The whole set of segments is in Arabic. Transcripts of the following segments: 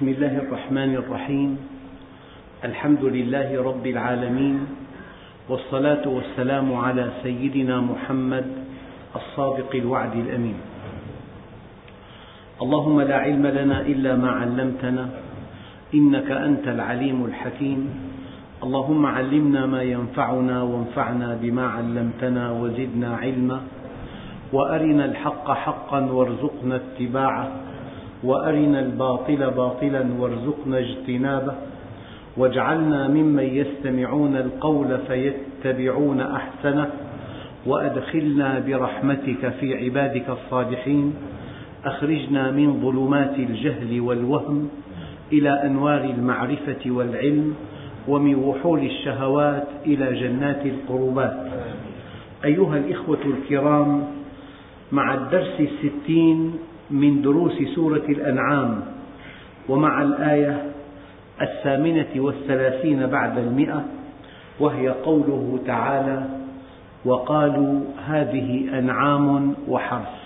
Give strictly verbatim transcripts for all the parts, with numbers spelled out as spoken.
بسم الله الرحمن الرحيم. الحمد لله رب العالمين، والصلاة والسلام على سيدنا محمد الصادق الوعد الأمين. اللهم لا علم لنا إلا ما علمتنا إنك أنت العليم الحكيم. اللهم علمنا ما ينفعنا وانفعنا بما علمتنا وزدنا علما، وأرنا الحق حقا وارزقنا اتباعه، وأرنا الباطل باطلا وارزقنا اجتنابه، واجعلنا ممن يستمعون القول فيتبعون أحسنه، وأدخلنا برحمتك في عبادك الصالحين. أخرجنا من ظلمات الجهل والوهم إلى أنوار المعرفة والعلم، ومن وحول الشهوات إلى جنات القربات. أيها الإخوة الكرام، مع الدرس الستين من دروس سورة الأنعام، ومع الآية الثامنة والثلاثين بعد المئة، وهي قوله تعالى: وقالوا هذه أنعام وحرث.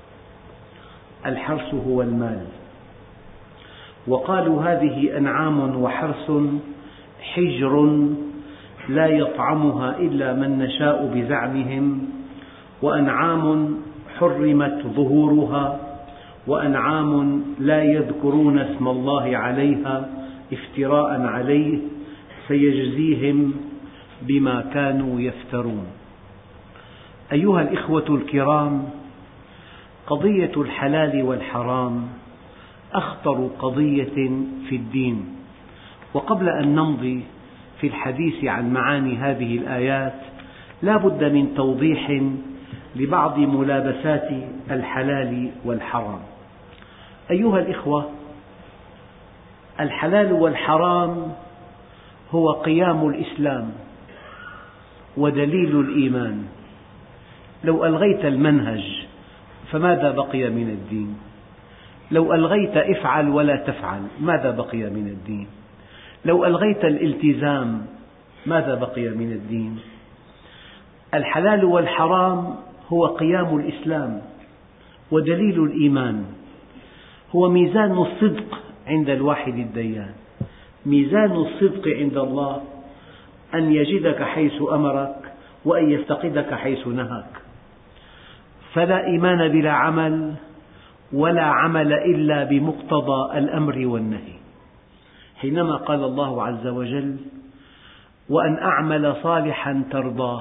الحرث هو المال. وقالوا هذه أنعام وحرث حجر لا يطعمها إلا من نشاء بزعمهم، وأنعام حرمت ظهورها، وأنعام لا يذكرون اسم الله عليها افتراء عليه، سيجزيهم بما كانوا يفترون. أيها الإخوة الكرام، قضية الحلال والحرام أخطر قضية في الدين. وقبل أن نمضي في الحديث عن معاني هذه الآيات، لا بد من توضيح لبعض ملابسات الحلال والحرام. أيها الإخوة، الحلال والحرام هو قيام الإسلام ودليل الإيمان. لو ألغيت المنهج فماذا بقي من الدين؟ لو ألغيت افعل ولا تفعل ماذا بقي من الدين؟ لو ألغيت الالتزام ماذا بقي من الدين؟ الحلال والحرام هو قيام الإسلام ودليل الإيمان، هو ميزان الصدق عند الواحد الديان. ميزان الصدق عند الله أن يجدك حيث أمرك وأن يفتقدك حيث نهاك. فلا إيمان بلا عمل، ولا عمل إلا بمقتضى الأمر والنهي. حينما قال الله عز وجل: وأن أعمل صالحا ترضاه،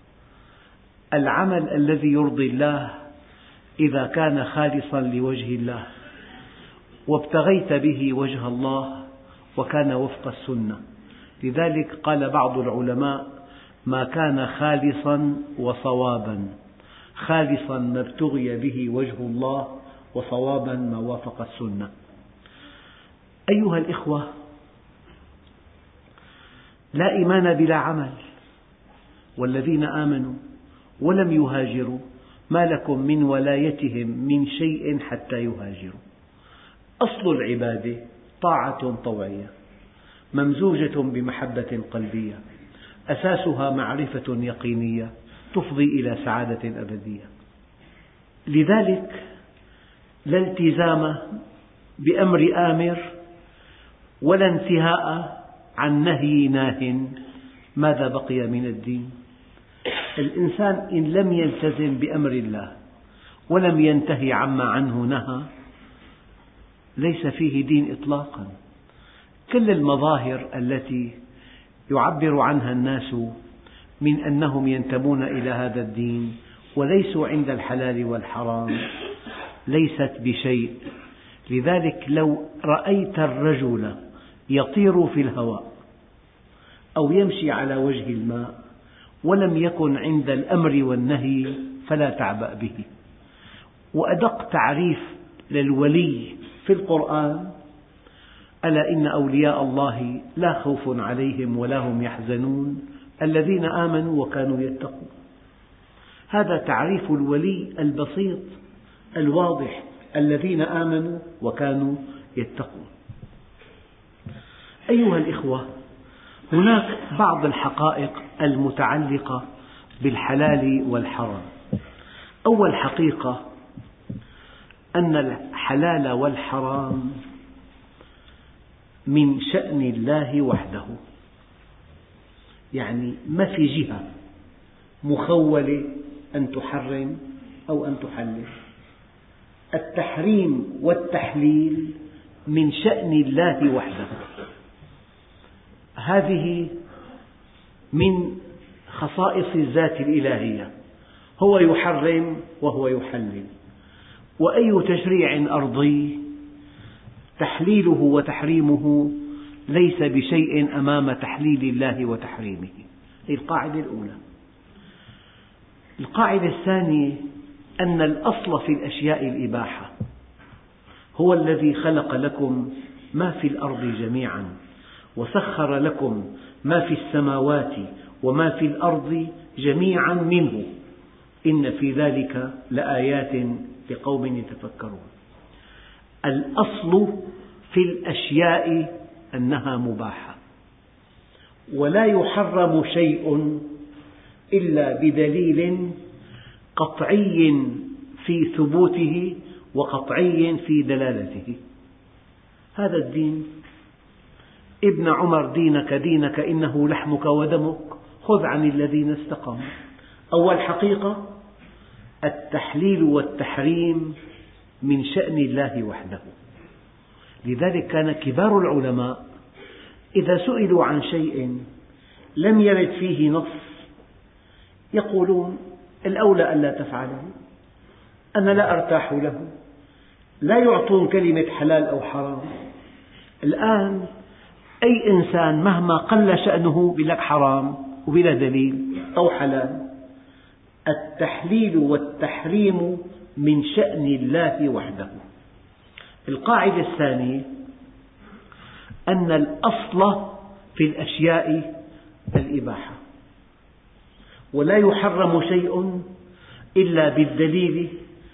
العمل الذي يرضي الله إذا كان خالصا لوجه الله وابتغيت به وجه الله وكان وفق السنة. لذلك قال بعض العلماء: ما كان خالصا وصوابا، خالصا ما ابتغي به وجه الله، وصوابا ما وافق السنة. أيها الإخوة، لا إيمان بلا عمل. والذين آمنوا ولم يهاجروا ما لكم من ولايتهم من شيء حتى يهاجروا. أصل العبادة طاعة طوعية ممزوجة بمحبة قلبية، أساسها معرفة يقينية تفضي إلى سعادة أبدية. لذلك لا التزام بأمر آمر، ولا انتهاء عن نهي ناه. ماذا بقي من الدين؟ الإنسان إن لم يلتزم بأمر الله ولم ينتهي عما عنه نهى ليس فيه دين إطلاقا. كل المظاهر التي يعبر عنها الناس من أنهم ينتمون إلى هذا الدين وليسوا عند الحلال والحرام ليست بشيء. لذلك لو رأيت الرجل يطير في الهواء أو يمشي على وجه الماء ولم يكن عند الأمر والنهي فلا تعبأ به. وأدق تعريف للولي في القرآن: ألا إن أولياء الله لا خوف عليهم ولا هم يحزنون الذين آمنوا وكانوا يتقون. هذا تعريف الولي البسيط الواضح: الذين آمنوا وكانوا يتقون. أيها الإخوة، هناك بعض الحقائق المتعلقة بالحلال والحرام. أول حقيقة أن الحلال والحرام من شأن الله وحده، يعني ما في جهة مخولة أن تحرم أو أن تحلل. التحريم والتحليل من شأن الله وحده، هذه من خصائص الذات الإلهية، هو يحرم وهو يحلل. وأي تشريع أرضي تحليله وتحريمه ليس بشيء أمام تحليل الله وتحريمه. هذه القاعدة الأولى. القاعدة الثانية أن الأصل في الأشياء الإباحة، هو الذي خلق لكم ما في الأرض جميعا وسخر لكم ما في السماوات وما في الأرض جميعا منه، إن في ذلك لآيات لقوم يتفكرون. الأصل في الأشياء أنها مباحة، ولا يحرم شيء إلا بدليل قطعي في ثبوته وقطعي في دلالته. هذا الدين. ابن عمر دينك دينك إنه لحمك ودمك، خذ عن الذين استقاموا. أول حقيقة التحليل والتحريم من شأن الله وحده. لذلك كان كبار العلماء إذا سئلوا عن شيء لم يرد فيه نص يقولون الأولى ألا تفعله، أنا لا أرتاح له، لا يعطون كلمة حلال أو حرام. الآن أي إنسان مهما قل شأنه يقول لك حرام وبلا دليل أو حلال. التحليل والتحريم من شأن الله وحده. القاعدة الثانية أن الأصل في الأشياء الإباحة، ولا يحرم شيء إلا بالدليل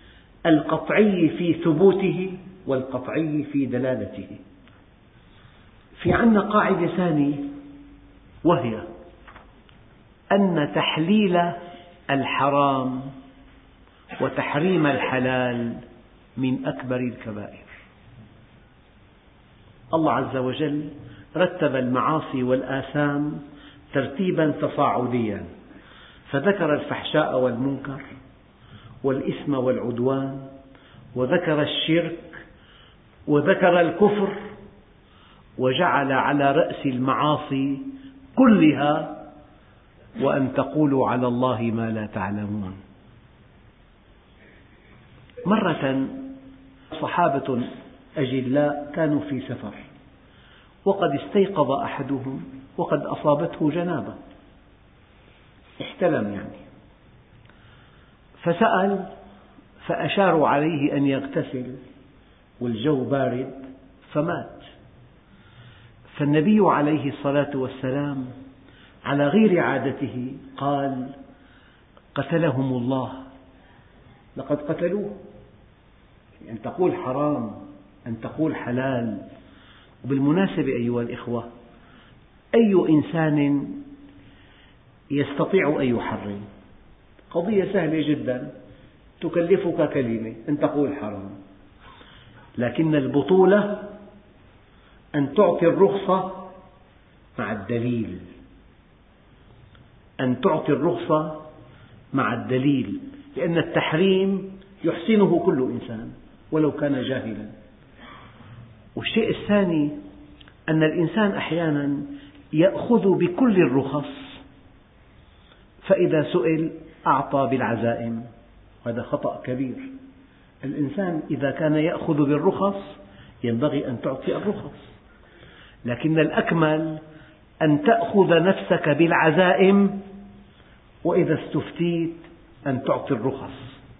القطعي في ثبوته والقطعي في دلالته. في عندنا قاعدة ثانية، وهي أن تحليل الحرام وتحريم الحلال من أكبر الكبائر. الله عز وجل رتب المعاصي والآثام ترتيبا تصاعديا، فذكر الفحشاء والمنكر والإثم والعدوان، وذكر الشرك، وذكر الكفر، وجعل على رأس المعاصي كلها وأن تقولوا على الله ما لا تعلمون. مرة صحابة أجلاء كانوا في سفر، وقد استيقظ أحدهم وقد أصابته جنابة، احتلم يعني، فسأل فأشاروا عليه أن يغتسل والجو بارد فمات. فالنبي عليه الصلاة والسلام على غير عادته قال قتلهم الله، لقد قتلوه. أن تقول حرام، أن تقول حلال. وبالمناسبة أيها الإخوة، أي إنسان يستطيع أن يحرم؟ قضية سهلة جدا، تكلفك كلمة أن تقول حرام، لكن البطولة أن تعطي الرخصة مع الدليل، أن تعطي الرخصة مع الدليل، لأن التحريم يحسنه كل إنسان ولو كان جاهلا. والشيء الثاني أن الإنسان أحيانا يأخذ بكل الرخص، فإذا سئل أعطى بالعزائم، هذا خطأ كبير. الإنسان إذا كان يأخذ بالرخص ينبغي أن تعطي الرخص، لكن الأكمل أن تأخذ نفسك بالعزائم، وإذا استفتيت أن تعطي الرخص.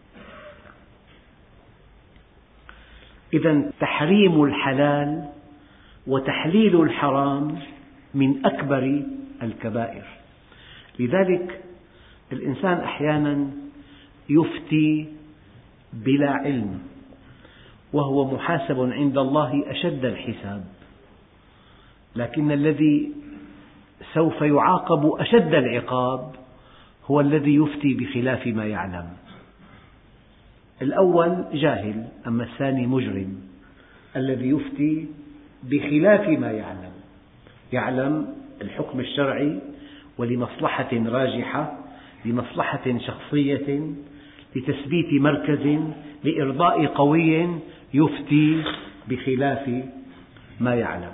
إذا تحريم الحلال وتحليل الحرام من أكبر الكبائر. لذلك الإنسان أحيانا يفتي بلا علم، وهو محاسب عند الله أشد الحساب، لكن الذي سوف يعاقب أشد العقاب هو الذي يفتي بخلاف ما يعلم. الأول جاهل، أما الثاني مجرم. الذي يفتي بخلاف ما يعلم، يعلم الحكم الشرعي ولمصلحة راجحة، لمصلحة شخصية، لتثبيت مركز، لإرضاء قوي، يفتي بخلاف ما يعلم.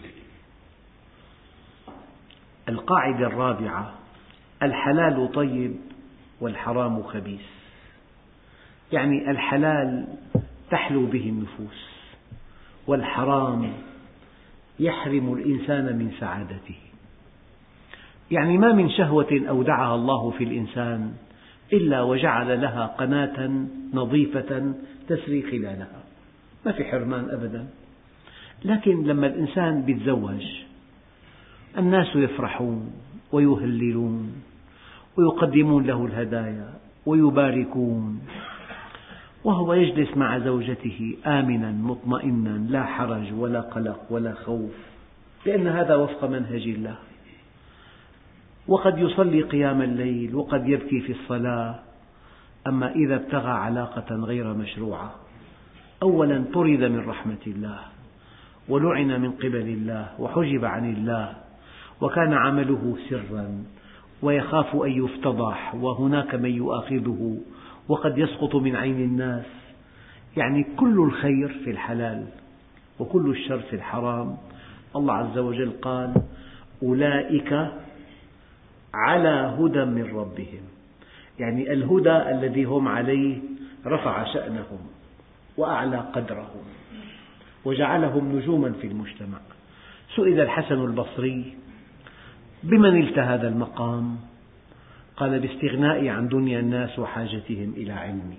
القاعدة الرابعة: الحلال طيب والحرام خبيث. يعني الحلال تحلو به النفوس، والحرام يحرم الإنسان من سعادته. يعني ما من شهوة أودعها الله في الإنسان إلا وجعل لها قناة نظيفة تسري خلالها، ما في حرمان أبدا. لكن لما الإنسان يتزوج الناس يفرحون ويهللون ويقدمون له الهدايا ويباركون، وهو يجلس مع زوجته آمنا مطمئنا، لا حرج ولا قلق ولا خوف، لأن هذا وفق منهج الله. وقد يصلي قيام الليل وقد يبكي في الصلاة. أما إذا ابتغى علاقة غير مشروعة، أولا طرد من رحمة الله، ولعن من قبل الله، وحجب عن الله، وكان عمله سرا، ويخاف أن يفتضح، وهناك من يؤاخذه، وقد يسقط من عين الناس. يعني كل الخير في الحلال وكل الشر في الحرام. الله عز وجل قال: أولئك على هدى من ربهم. يعني الهدى الذي هم عليه رفع شأنهم وأعلى قدرهم وجعلهم نجوما في المجتمع. سئل الحسن البصري: بمن نلت هذا المقام؟ قال: باستغنائي عن دنيا الناس وحاجتهم إلى علمي.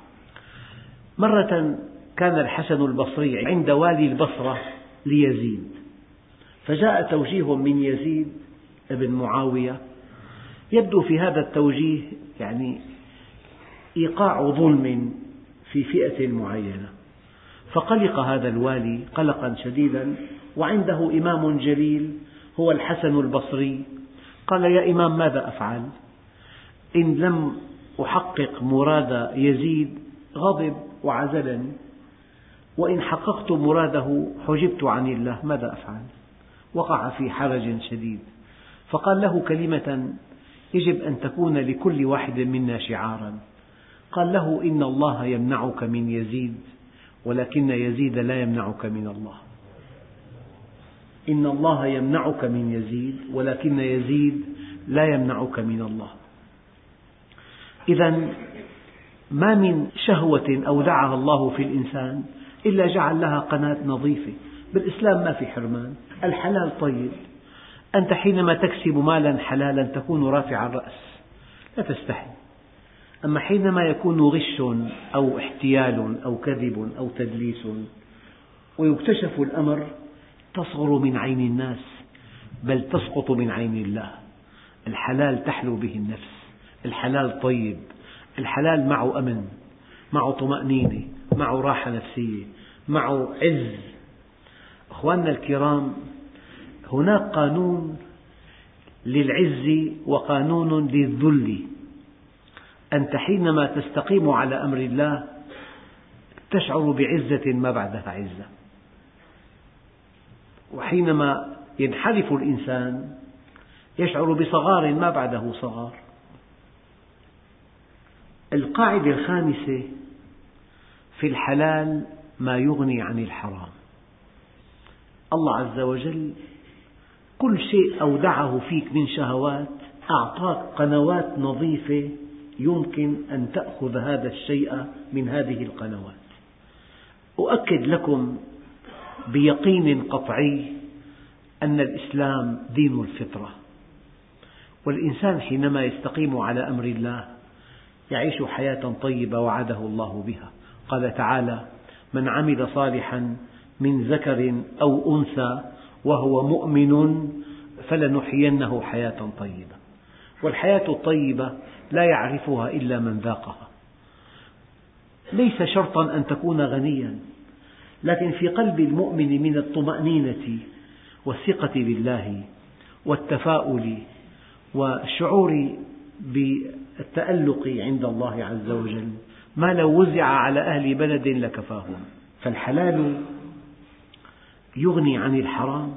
مرة كان الحسن البصري عند والي البصرة ليزيد، فجاء توجيه من يزيد ابن معاوية يبدو في هذا التوجيه يعني إيقاع ظلم في فئة معينة، فقلق هذا الوالي قلقا شديدا، وعنده إمام جليل هو الحسن البصري. قال: يا إمام، ماذا أفعل؟ إن لم أحقق مراد يزيد غضب وعزلني، وإن حققت مراده حجبت عن الله، ماذا أفعل؟ وقع في حرج شديد، فقال له كلمة يجب أن تكون لكل واحد منا شعارا. قال له: إن الله يمنعك من يزيد، ولكن يزيد لا يمنعك من الله. إن الله يمنعك من يزيد، ولكن يزيد لا يمنعك من الله. إذا ما من شهوة أودعها الله في الإنسان إلا جعل لها قناة نظيفة. بالإسلام ما في حرمان، الحلال طيب. أنت حينما تكسب مالا حلالا تكون رافع الرأس، لا تستحي. أما حينما يكون غش أو احتيال أو كذب أو تدليس ويكتشف الأمر، تصغر من عين الناس بل تسقط من عين الله. الحلال تحلو به النفس، الحلال طيب، الحلال معه أمن، معه طمأنينة، معه راحة نفسية، معه عز. أخواننا الكرام، هناك قانون للعز وقانون للذل. أنت حينما تستقيم على أمر الله تشعر بعزة ما بعدها عزة، وحينما ينحرف الإنسان يشعر بصغار ما بعده صغار. القاعدة الخامسة: في الحلال ما يغني عن الحرام. الله عز وجل كل شيء أودعه فيك من شهوات أعطاك قنوات نظيفة يمكن أن تأخذ هذا الشيء من هذه القنوات. أؤكد لكم بيقين قطعي أن الإسلام دين الفطرة، والإنسان حينما يستقيم على أمر الله يعيش حياة طيبة وعده الله بها. قال تعالى: من عمل صالحا من ذكر أو أنثى وهو مؤمن فلنحيينه حياة طيبة. والحياة الطيبة لا يعرفها إلا من ذاقها. ليس شرطا أن تكون غنيا، لكن في قلب المؤمن من الطمأنينة والثقة بالله والتفاؤل والشعور بالتألق عند الله عز وجل ما لو وزع على أهل بلد لكفاهم. فالحلال يغني عن الحرام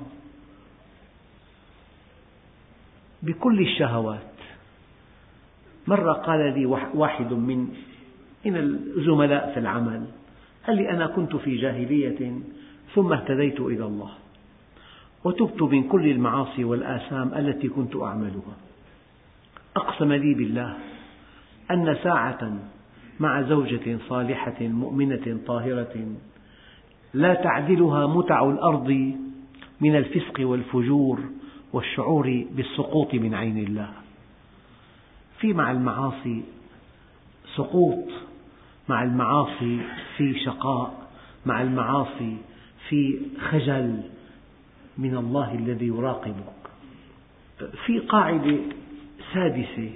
بكل الشهوات. مرة قال لي واحد من من الزملاء في العمل، قال لي: أنا كنت في جاهلية ثم اهتديت إلى الله وتبت من كل المعاصي والآثام التي كنت أعملها. أقسم لي بالله أن ساعة مع زوجة صالحة مؤمنة طاهرة لا تعدلها متع الأرض من الفسق والفجور والشعور بالسقوط من عين الله. في مع المعاصي سقوط، مع المعاصي في شقاء، مع المعاصي في خجل من الله الذي يراقبك. في قاعدة سادسة: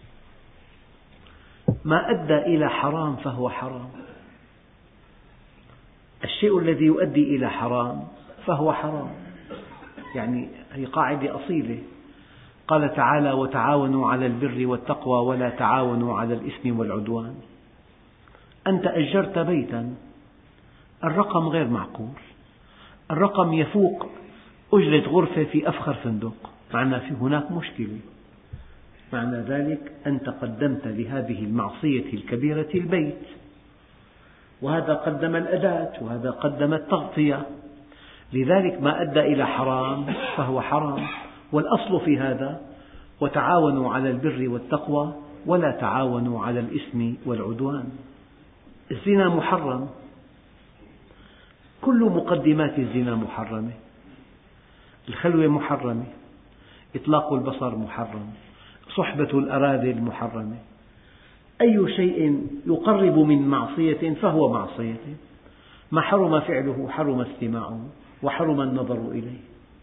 ما أدى إلى حرام فهو حرام. الشيء الذي يؤدي إلى حرام فهو حرام، يعني هي قاعدة أصيلة. قال تعالى: وتعاونوا على البر والتقوى ولا تعاونوا على الإثم والعدوان. أنت أجرت بيتا، الرقم غير معقول، الرقم يفوق أجرة غرفة في أفخر فندق، معنى في هناك مشكلة. معنى ذلك أنت قدمت لهذه المعصية الكبيرة البيت، وهذا قدم الأداة وهذا قدم التغطية. لذلك ما أدى إلى حرام فهو حرام. والأصل في هذا: وتعاونوا على البر والتقوى ولا تعاونوا على الإثم والعدوان. الزنا محرم، كل مقدمات الزنا محرمة. الخلوة محرمة، إطلاق البصر محرم، صحبة الأراذل محرمة. أي شيء يقرب من معصية فهو معصية. ما حرم فعله حرم استماعه وحرم النظر إليه.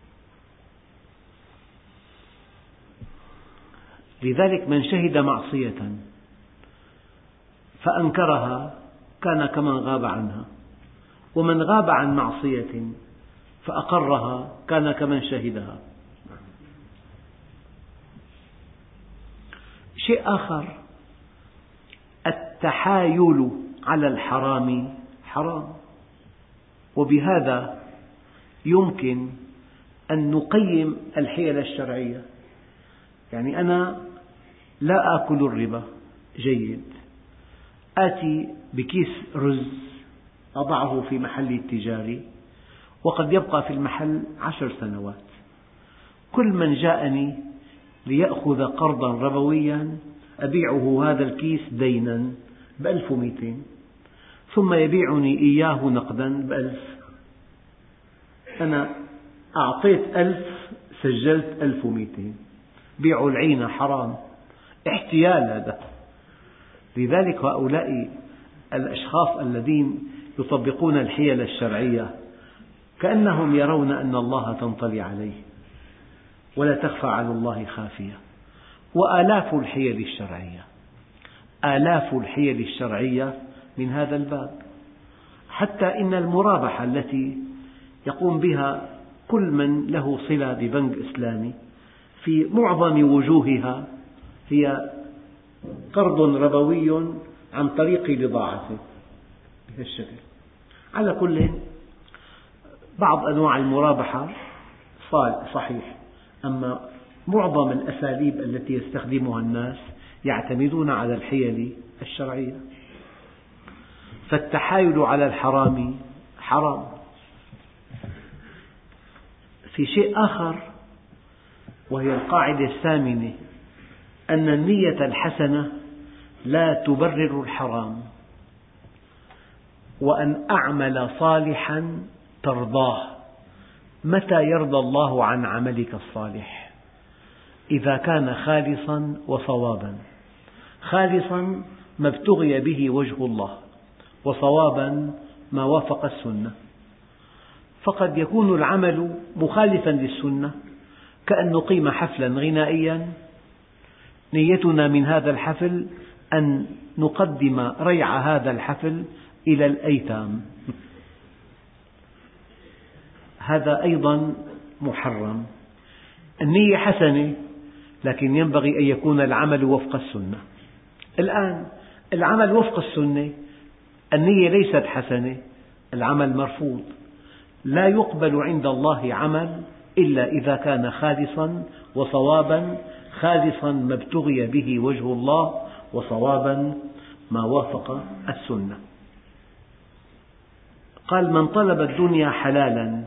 لذلك من شهد معصية فأنكرها كان كمن غاب عنها، ومن غاب عن معصية فأقرها كان كمن شهدها. شيء آخر: التحايل على الحرام حرام، وبهذا يمكن أن نقيم الحيل الشرعية. يعني أنا لا آكل الربا، جيد، آتي بكيس رز أضعه في محلي التجاري وقد يبقى في المحل عشر سنوات. كل من جاءني ليأخذ قرضا ربويا أبيعه هذا الكيس دينا بألف ومئتين، ثم يبيعني إياه نقدا بألف. أنا أعطيت ألف، سجلت ألف ومئتين. بيع العين حرام، احتيال هذا. لذلك هؤلاء الأشخاص الذين يطبقون الحيل الشرعية كأنهم يرون أن الله تنطلي عليه ولا تخفى على الله خافية. وآلاف الحيل الشرعية، آلاف الحيل الشرعية من هذا الباب. حتى إن المرابحة التي يقوم بها كل من له صلة ببنك إسلامي في معظم وجوهها هي قرض ربوي عن طريق بضاعته بهذا الشكل. على كل، بعض أنواع المرابحة صحيح، أما معظم الأساليب التي يستخدمها الناس يعتمدون على الحيل الشرعية. فالتحايل على الحرام حرام. في شيء آخر وهي القاعدة الثامنة: أن النية الحسنة لا تبرر الحرام، وأن أعمل صالحا ترضاه. متى يرضى الله عن عملك الصالح؟ إذا كان خالصا وصوابا. خالصا ما ابتغي به وجه الله، وصوابا ما وافق السنة. فقد يكون العمل مخالفا للسنة، كأن نقيم حفلا غنائيا نيتنا من هذا الحفل أن نقدم ريع هذا الحفل إلى الأيتام، هذا أيضا محرم. النية حسنة، لكن ينبغي أن يكون العمل وفق السنة. الآن العمل وفق السنة، النية ليست حسنة، العمل مرفوض. لا يقبل عند الله عمل إلا إذا كان خالصا وصوابا، خالصا ما ابتغي به وجه الله، وصوابا ما وافق السنة. قال: من طلب الدنيا حلالا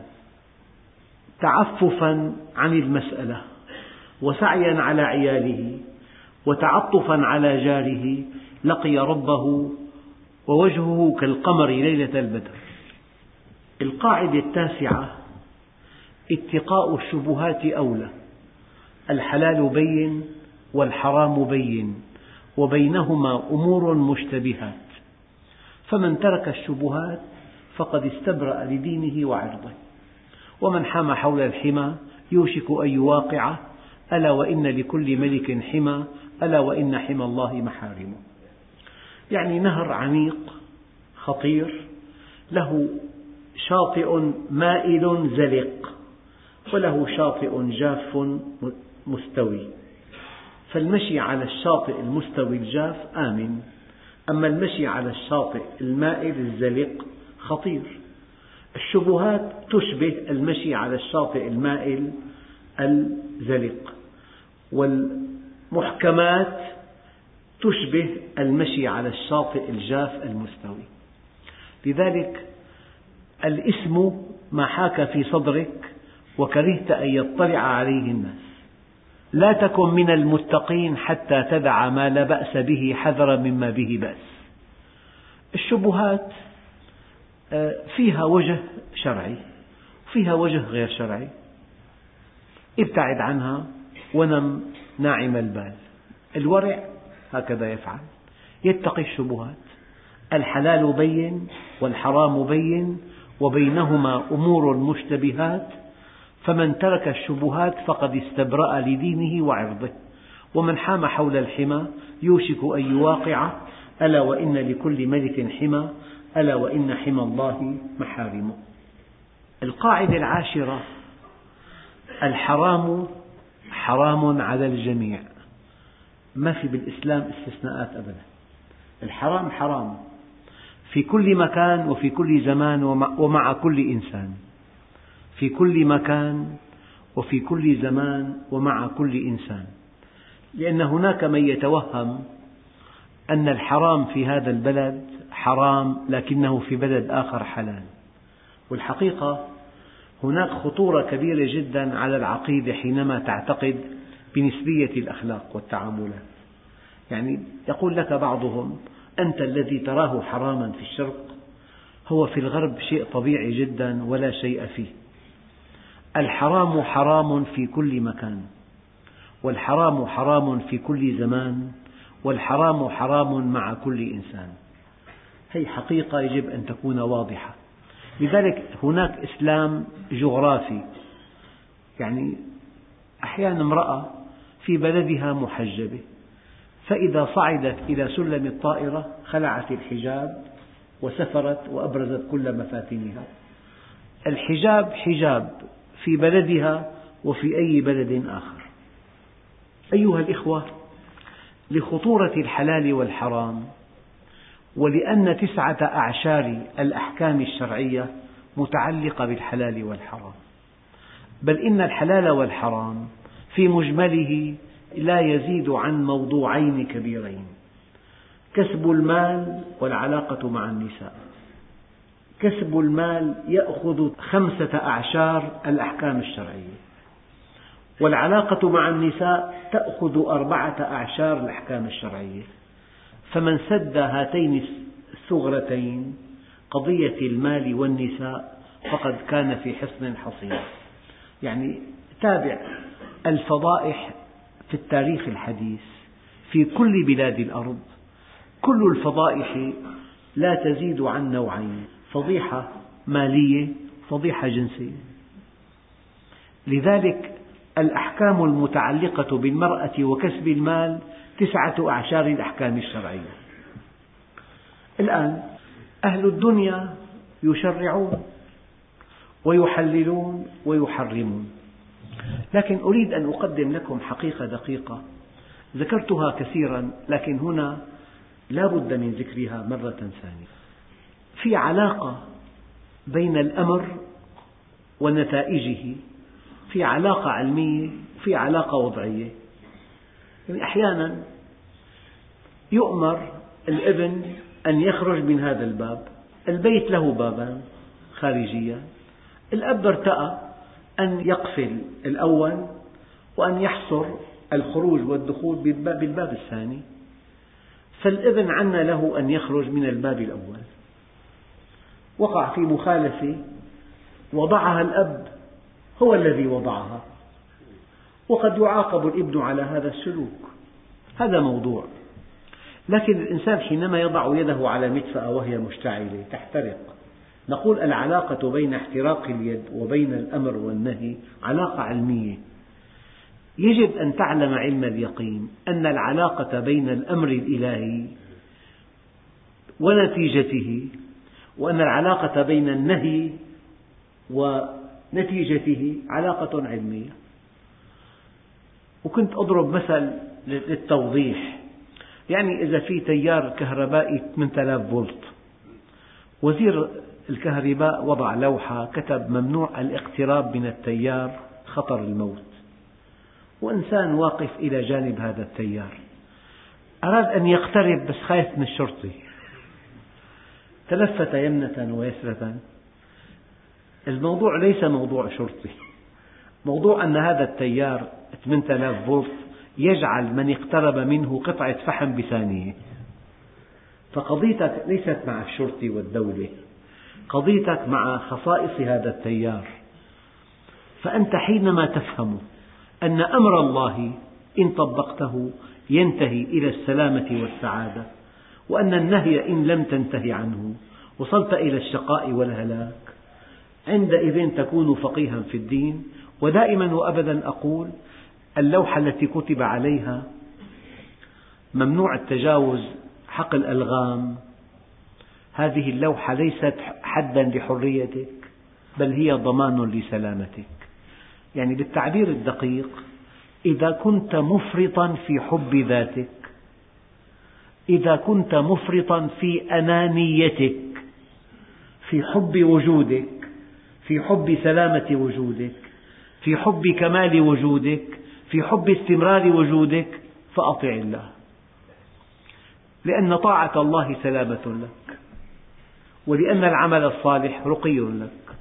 تعففا عن المسألة وسعيا على عياله وتعطفا على جاره لقي ربه ووجهه كالقمر ليلة البدر. القاعدة التاسعة: اتقاء الشبهات أولى. الحلال بين والحرام بين وبينهما أمور مشتبهات، فمن ترك الشبهات فقد استبرأ لدينه وعرضه، ومن حام حول الحمى يوشك أن يواقعه، ألا وإن لكل ملك حمى، ألا وإن حمى الله محارمه. يعني نهر عميق خطير له شاطئ مائل زلق وله شاطئ جاف مستوي، فالمشي على الشاطئ المستوي الجاف آمن، أما المشي على الشاطئ المائل الزلق خطير. الشبهات تشبه المشي على الشاطئ المائل الزلق، والمحكمات تشبه المشي على الشاطئ الجاف المستوي. لذلك الإثم ما حاك في صدرك وكرهت أن يطلع عليه الناس. لا تكن من المتقين حتى تدع ما لا بأس به حذرا مما به بأس. الشبهات فيها وجه شرعي وفيها وجه غير شرعي، ابتعد عنها ونم ناعم البال. الورع هكذا يفعل، يتقي الشبهات. الحلال بين والحرام بين وبينهما أمور مشتبهات، فمن ترك الشبهات فقد استبرأ لدينه وعرضه، ومن حام حول الحمى يوشك أن يواقعه، ألا وإن لكل ملك حمى، ألا وإن حمى الله محارمه. القاعدة العاشرة: الحرام حرام على الجميع، ما في بالإسلام استثناءات أبدا. الحرام حرام في كل مكان وفي كل زمان ومع كل إنسان، في كل مكان وفي كل زمان ومع كل إنسان، لأن هناك من يتوهم أن الحرام في هذا البلد حرام لكنه في بلد آخر حلال، والحقيقة هناك خطورة كبيرة جدا على العقيدة حينما تعتقد بنسبية الأخلاق والتعاملات. يعني يقول لك بعضهم: أنت الذي تراه حراما في الشرق هو في الغرب شيء طبيعي جدا ولا شيء فيه. الحرام حرام في كل مكان، والحرام حرام في كل زمان، والحرام حرام مع كل إنسان. هذه حقيقة يجب أن تكون واضحة. لذلك هناك إسلام جغرافي، يعني أحيانا امرأة في بلدها محجبة، فإذا صعدت إلى سلم الطائرة خلعت الحجاب وسفرت وأبرزت كل مفاتنها. الحجاب حجاب في بلدها وفي أي بلد آخر. أيها الإخوة، لخطورة الحلال والحرام، ولأن تسعة أعشار الأحكام الشرعية متعلقة بالحلال والحرام، بل إن الحلال والحرام في مجمله لا يزيد عن موضوعين كبيرين: كسب المال والعلاقة مع النساء. كسب المال يأخذ خمسة أعشار الأحكام الشرعية، والعلاقة مع النساء تأخذ أربعة أعشار الأحكام الشرعية. فمن سد هاتين الثغرتين، قضية المال والنساء، فقد كان في حصن حصين. يعني تابع الفضائح في التاريخ الحديث في كل بلاد الأرض، كل الفضائح لا تزيد عن نوعين: فضيحة مالية وفضيحة جنسية. لذلك الأحكام المتعلقة بالمرأة وكسب المال تسعة أعشار الأحكام الشرعية. الآن أهل الدنيا يشرعون ويحللون ويحرمون، لكن أريد أن أقدم لكم حقيقة دقيقة ذكرتها كثيرا، لكن هنا لا بد من ذكرها مرة ثانية. في علاقة بين الأمر ونتائجه في علاقة علمية وفي علاقة وضعية. يعني أحيانا يؤمر الابن أن يخرج من هذا الباب، البيت له بابان خارجيا، الأب ارتأى أن يقفل الأول وأن يحصر الخروج والدخول بالباب الثاني، فالابن عنا له أن يخرج من الباب الأول، وقع في مخالفة وضعها الأب، هو الذي وضعها، وقد يعاقب الابن على هذا السلوك، هذا موضوع. لكن الإنسان حينما يضع يده على مدفأة وهي مشتعلة تحترق، نقول العلاقة بين احتراق اليد وبين الأمر والنهي علاقة علمية. يجب أن تعلم علم اليقين أن العلاقة بين الأمر الإلهي ونتيجته، وأن العلاقة بين النهي ونتيجته علاقة علمية. وكنت أضرب مثل للتوضيح، يعني إذا في تيار كهربائي ثمانية آلاف فولت، وزير الكهرباء وضع لوحة كتب ممنوع الاقتراب من التيار خطر الموت، وإنسان واقف إلى جانب هذا التيار أراد أن يقترب بس خايف من الشرطي، تلفت يمنة ويسرة. الموضوع ليس موضوع شرطي، موضوع أن هذا التيار ثمانية آلاف فولت يجعل من اقترب منه قطعة فحم بثانية. فقضيتك ليست مع الشرطي والدولة، قضيتك مع خصائص هذا التيار. فأنت حينما تفهم أن أمر الله إن طبقته ينتهي إلى السلامة والسعادة، وأن النهي إن لم تنتهي عنه وصلت إلى الشقاء والهلاك، عندئذ تكون فقيها في الدين. ودائما وأبدا أقول اللوحة التي كتب عليها ممنوع التجاوز حق الألغام، هذه اللوحة ليست حدا لحريتك، بل هي ضمان لسلامتك. يعني بالتعبير الدقيق، إذا كنت مفرطا في حب ذاتك، إذا كنت مفرطا في أنانيتك، في حب وجودك، في حب سلامة وجودك، في حب كمال وجودك، في حب استمرار وجودك، فأطع الله، لأن طاعة الله سلامة لك، ولأن العمل الصالح رقي لك.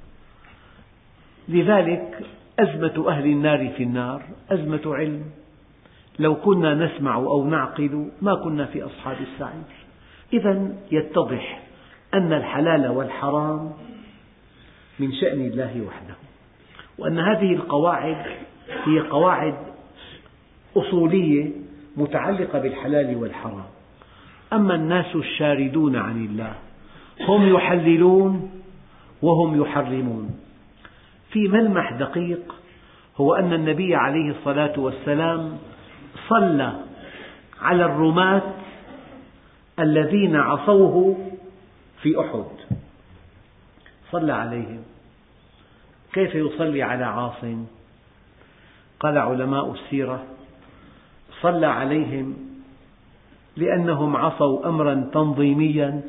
لذلك أزمة أهل النار في النار أزمة علم، لو كنا نسمع أو نعقل ما كنا في أصحاب السعير. إذن يتضح أن الحلال والحرام من شأن الله وحده، وأن هذه القواعد هي قواعد أصولية متعلقة بالحلال والحرام. أما الناس الشاردون عن الله هم يحللون وهم يحرمون. في ملمح دقيق، هو أن النبي عليه الصلاة والسلام صلى على الرماة الذين عصوه في أحد، صلى عليهم. كيف يصلي على عاص؟ قال علماء السيرة: صلى عليهم لأنهم عصوا أمرا تنظيميا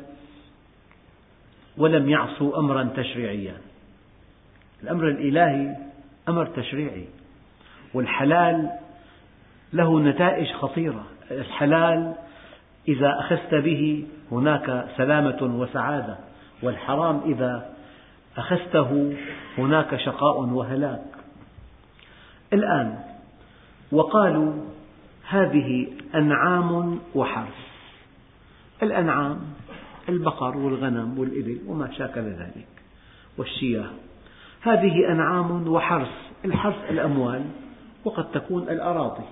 ولم يعصوا أمرا تشريعيا. الأمر الإلهي أمر تشريعي، والحلال له نتائج خطيرة. الحلال إذا أخذت به هناك سلامة وسعادة، والحرام إذا أخذته هناك شقاء وهلاك. الآن وقالوا هذه أنعام وحرث. الأنعام البقر والغنم والإبل وما شاكل ذلك والشياه، هذه أنعام وحرث. الحرث الأموال وقد تكون الأراضي.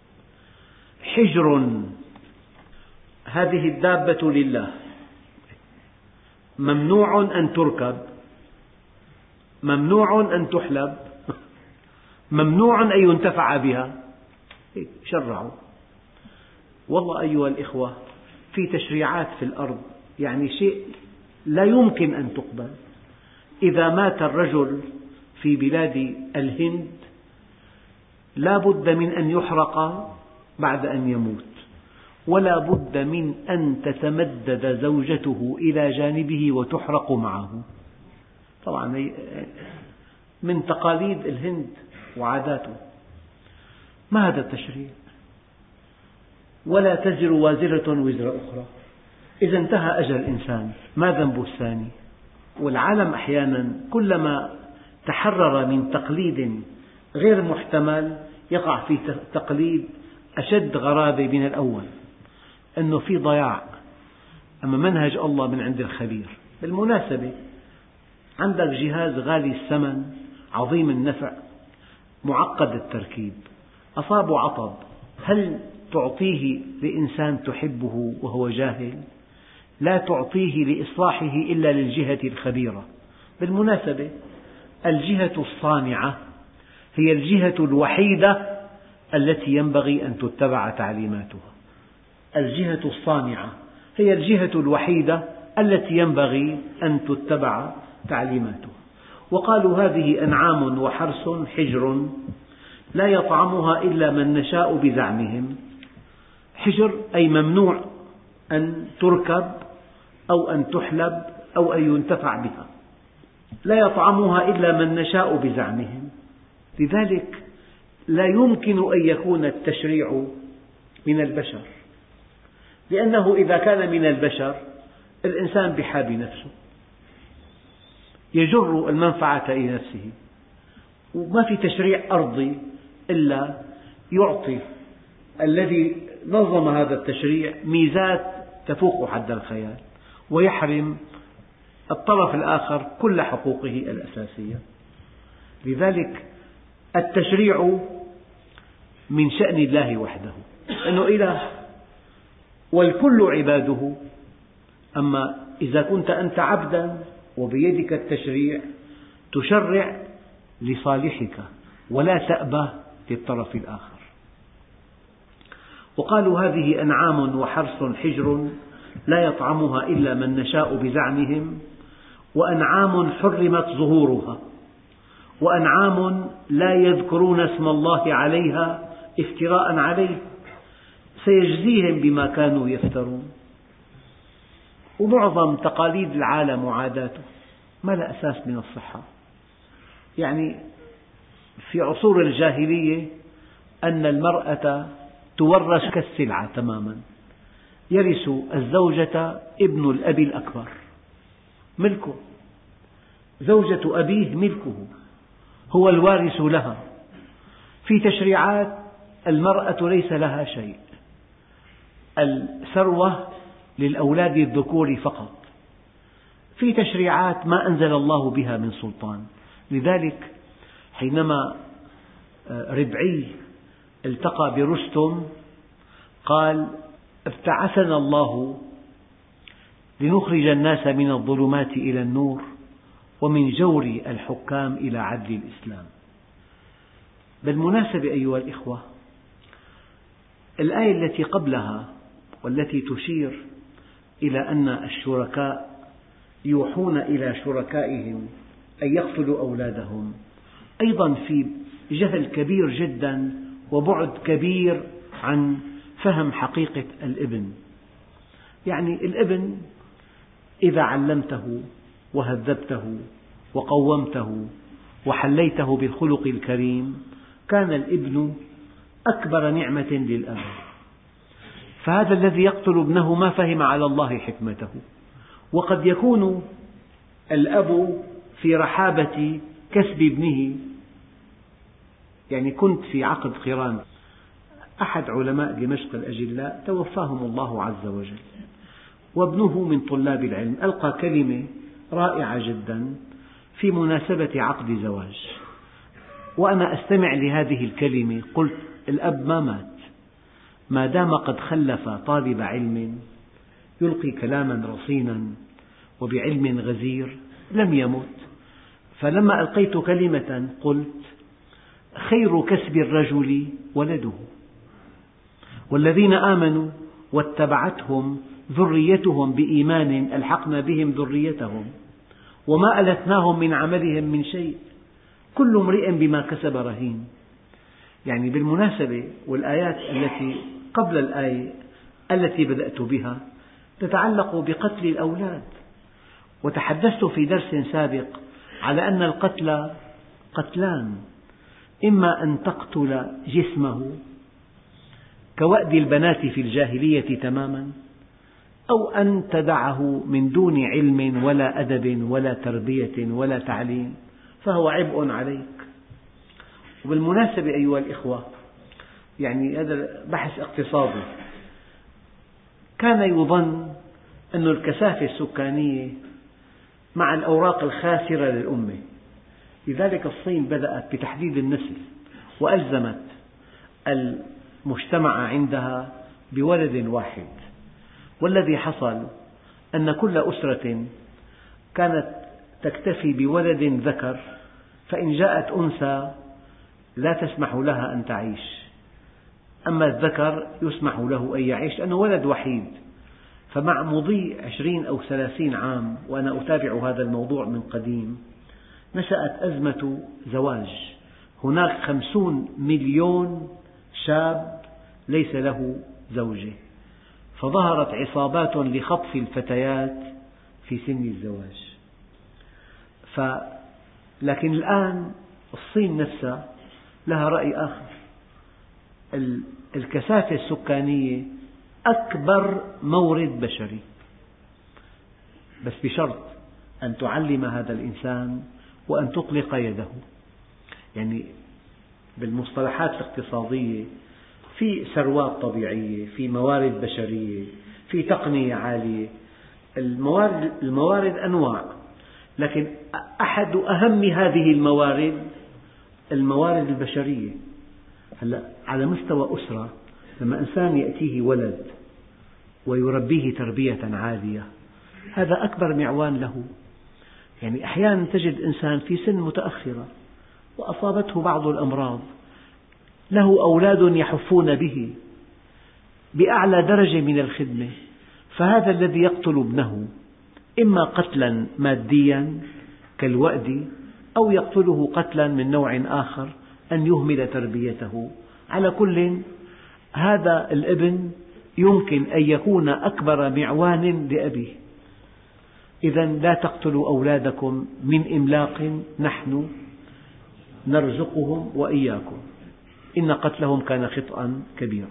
حجر، هذه الدابة لله، ممنوع أن تركب، ممنوع أن تحلب، ممنوع أن ينتفع بها. شرعوا. والله أيها الإخوة، في تشريعات في الأرض يعني شيء لا يمكن أن تقبل. إذا مات الرجل في بلاد الهند لا بد من أن يحرق بعد أن يموت، ولا بد من أن تتمدد زوجته إلى جانبه وتحرق معه. طبعا من تقاليد الهند وعاداته. ما هذا التشريع؟ ولا تزر وازرة وزر أخرى. إذا انتهى أجل الإنسان، ما ذنبه الثاني؟ والعالم أحيانا كلما تحرر من تقليد غير محتمل يقع في تقليد أشد غرابة من الأول، أنه في ضياع. أما منهج الله من عند الخبير. بالمناسبة عندك جهاز غالي الثمن عظيم النفع معقد التركيب، أصابه عطب، هل تعطيه لإنسان تحبه وهو جاهل؟ لا تعطيه لإصلاحه إلا للجهة الخبيرة. بالمناسبة الجهة الصانعة هي الجهة الوحيدة التي ينبغي أن تتبع تعليماتها. الجهة الصانعة هي الجهة الوحيدة التي ينبغي أن تتبع تعليماتها. وقالوا هذه أنعام وحرث حجر لا يطعمها إلا من نشاء بزعمهم. حجر أي ممنوع أن تركب أو أن تحلب أو أن ينتفع بها، لا يطعمها إلا من نشاء بزعمهم. لذلك لا يمكن أن يكون التشريع من البشر، لأنه إذا كان من البشر الإنسان بحاب نفسه يجر المنفعة إلى نفسه، وما في تشريع أرضي إلا يعطي الذي نظم هذا التشريع ميزات تفوق حد الخيال، ويحرم الطرف الآخر كل حقوقه الأساسية. لذلك التشريع من شأن الله وحده، أنه إله والكل عباده. أما إذا كنت أنت عبدا وبيدك التشريع تشرع لصالحك ولا تأبى للطرف الآخر. وقالوا هذه أنعام وحرث حجر لا يطعمها إلا من نشاء بزعمهم، وأنعام حرمت ظهورها، وأنعام لا يذكرون اسم الله عليها افتراء عليه سيجزيهم بما كانوا يفترون. ومعظم تقاليد العالم وعاداته ما لها أساس من الصحة. يعني في عصور الجاهلية أن المرأة تورث كالسلعة تماما، يرث الزوجة ابن الأب الأكبر ملكه، زوجة أبيه ملكه، هو الوارث لها. في تشريعات المرأة ليس لها شيء، الثروة للأولاد الذكور فقط. في تشريعات ما أنزل الله بها من سلطان. لذلك حينما ربعي التقى برستم قال: ابتعثنا الله لنخرج الناس من الظلمات إلى النور ومن جور الحكام إلى عدل الإسلام. بالمناسبة أيها الإخوة، الآية التي قبلها والتي تشير إلى أن الشركاء يوحون إلى شركائهم أن يقتلوا أولادهم أيضا في جهل كبير جدا وبعد كبير عن فهم حقيقة الابن. يعني الابن إذا علمته وهذبته وقومته وحليته بالخلق الكريم كان الابن أكبر نعمة للأب. فهذا الذي يقتل ابنه ما فهم على الله حكمته. وقد يكون الأب في رحابة كسب ابنه. يعني كنت في عقد قران، أحد علماء دمشق الأجلاء توفاهم الله عز وجل، وابنه من طلاب العلم ألقى كلمة رائعة جدا في مناسبة عقد زواج، وأنا أستمع لهذه الكلمة قلت: الأب ما مات، ما دام قد خلف طالب علم يلقي كلاما رصينا وبعلم غزير لم يمت. فلما ألقيت كلمة قلت: خير كسب الرجل ولده، والذين آمنوا واتبعتهم ذريتهم بإيمان ألحقنا بهم ذريتهم وما ألتناهم من عملهم من شيء كل امرئ بما كسب رهين. يعني بالمناسبة والآيات التي قبل الآية التي بدأت بها تتعلق بقتل الأولاد، وتحدثت في درس سابق على أن القتل قتلان، إما أن تقتل جسمه كوأد البنات في الجاهلية تماما، أو أن تدعه من دون علم ولا أدب ولا تربية ولا تعليم، فهو عبء عليك. وبالمناسبة أيها الإخوة، يعني هذا بحث اقتصادي، كان يظن أن الكثافة السكانية مع الأوراق الخاسرة للأمة، لذلك الصين بدأت بتحديد النسل وألزمت المجتمع عندها بولد واحد، والذي حصل أن كل أسرة كانت تكتفي بولد ذكر، فإن جاءت أنثى لا تسمح لها أن تعيش، أما الذكر يسمح له أن يعيش لأنه ولد وحيد. فمع مضي عشرين أو ثلاثين عام، وأنا أتابع هذا الموضوع من قديم، نشأت أزمة زواج. هناك خمسون مليون شاب ليس له زوجة، فظهرت عصابات لخطف الفتيات في سن الزواج. ف... لكن الآن الصين نفسها لها رأي آخر. الكثافة السكانية أكبر مورد بشري، بس بشرط أن تعلم هذا الإنسان وأن تطلق يده. يعني بالمصطلحات الاقتصادية في ثروات طبيعية، في موارد بشرية، في تقنية عالية. الموارد, الموارد أنواع، لكن أحد أهم هذه الموارد الموارد البشرية. هلأ على مستوى أسرة، لما إنسان يأتيه ولد ويربيه تربية عالية، هذا أكبر معوان له. يعني أحيانا تجد إنسان في سن متأخرة وأصابته بعض الأمراض، له أولاد يحفون به بأعلى درجة من الخدمة، فهذا الذي يقتل ابنه إما قتلا ماديا كالوأد، أو يقتله قتلا من نوع آخر أن يهمل تربيته. على كل، هذا الابن يمكن أن يكون أكبر معوان لأبيه. إذا لا تقتلوا أولادكم من إملاق، نحن نرزقهم وإياكم، إن قتلهم كان خطأ كبيرا.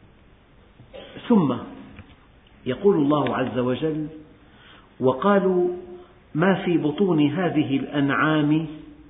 ثم يقول الله عز وجل: وقالوا ما في بطون هذه الأنعام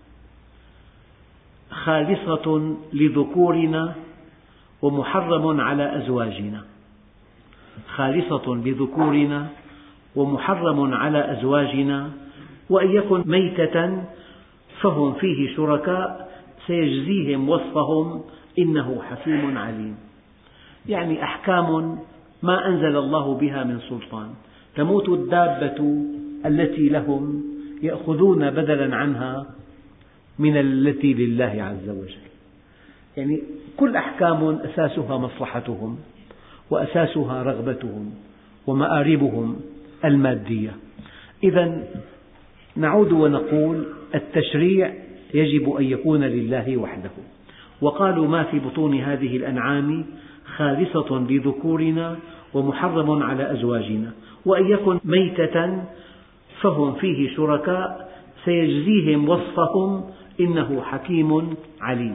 خالصة لذكورنا ومحرم على أزواجنا. خالصة لذكورنا ومحرم على أزواجنا، وإن يكن ميتة فهم فيه شركاء سيجزيهم وصفهم إنه حكيم عليم. يعني أحكام ما أنزل الله بها من سلطان، تموت الدابة التي لهم يأخذون بدلا عنها من التي لله عز وجل. يعني كل أحكام أساسها مصلحتهم، وأساسها رغبتهم ومآربهم المادية. إذا نعود ونقول التشريع يجب أن يكون لله وحده. وقالوا ما في بطون هذه الأنعام خالصة لذكورنا ومحرم على أزواجنا، وإن يكن ميتة فهم فيه شركاء سيجزيهم وصفهم إنه حكيم عليم.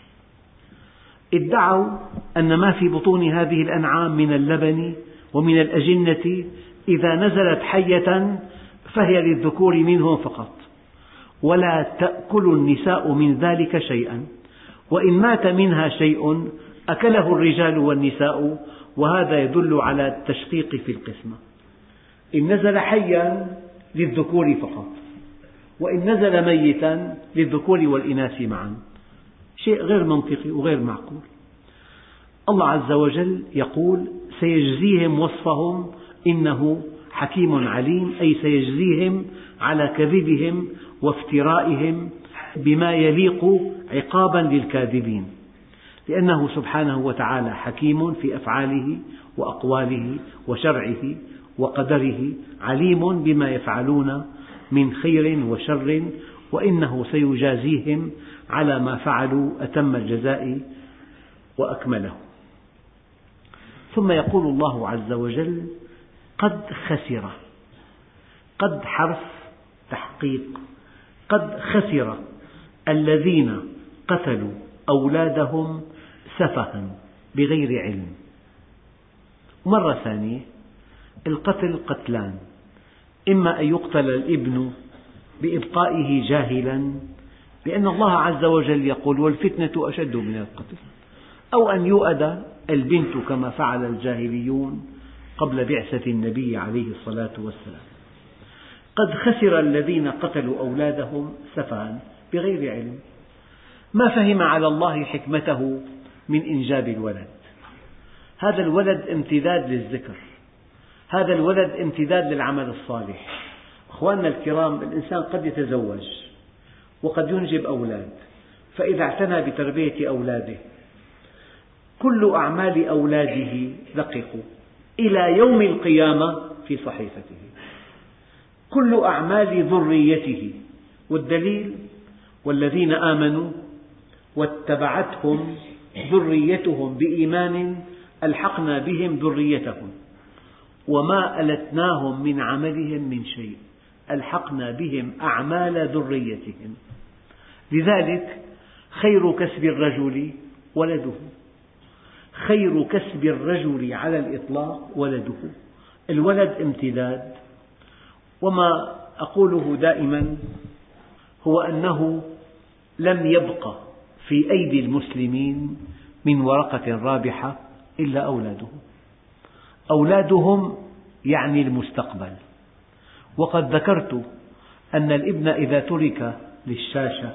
ادعوا أن ما في بطون هذه الأنعام من اللبن ومن الأجنة إذا نزلت حية فهي للذكور منهم فقط، ولا تأكل النساء من ذلك شيئا، وإن مات منها شيء أكله الرجال والنساء، وهذا يدل على التشقيق في القسمة. إن نزل حيا للذكور فقط، وإن نزل ميتا للذكور والإناث معا، شيء غير منطقي وغير معقول. الله عز وجل يقول سيجزيهم وصفهم إنه حكيم عليم، أي سيجزيهم على كذبهم وافترائهم بما يليق عقابا للكاذبين، لأنه سبحانه وتعالى حكيم في أفعاله وأقواله وشرعه وقدره، عليم بما يفعلون من خير وشر، وإنه سيجازيهم على ما فعلوا أتم الجزاء وأكمله. ثم يقول الله عز وجل قد خسر. قد حرف تحقيق، قد خسر الذين قتلوا أولادهم سفها بغير علم. مرة ثانية، القتل قتلان: إما أن يقتل الابن بإبقائه جاهلا لأن الله عز وجل يقول والفتنة أشد من القتل، أو أن يؤد البنت كما فعل الجاهليون قبل بعثة النبي عليه الصلاة والسلام. قد خسر الذين قتلوا أولادهم سفها بغير علم، ما فهم على الله حكمته من إنجاب الولد. هذا الولد امتداد للذكر، هذا الولد امتداد للعمل الصالح. أخواننا الكرام، الإنسان قد يتزوج وقد ينجب أولاد، فإذا اعتنى بتربية أولاده كل أعمال أولاده دققوا إلى يوم القيامة في صحيفته، كل أعمال ذريته. والدليل: والذين آمنوا واتبعتهم ذريتهم بإيمان ألحقنا بهم ذريتهم وما ألتناهم من عملهم من شيء، ألحقنا بهم أعمال ذريتهم. لذلك خير كسب الرجل ولده، خير كسب الرجل على الإطلاق ولده. الولد امتداد. وما أقوله دائما هو أنه لم يبق في أيدي المسلمين من ورقة رابحة إلا أولادهم. أولادهم يعني المستقبل. وقد ذكرت أن الابن إذا ترك للشاشة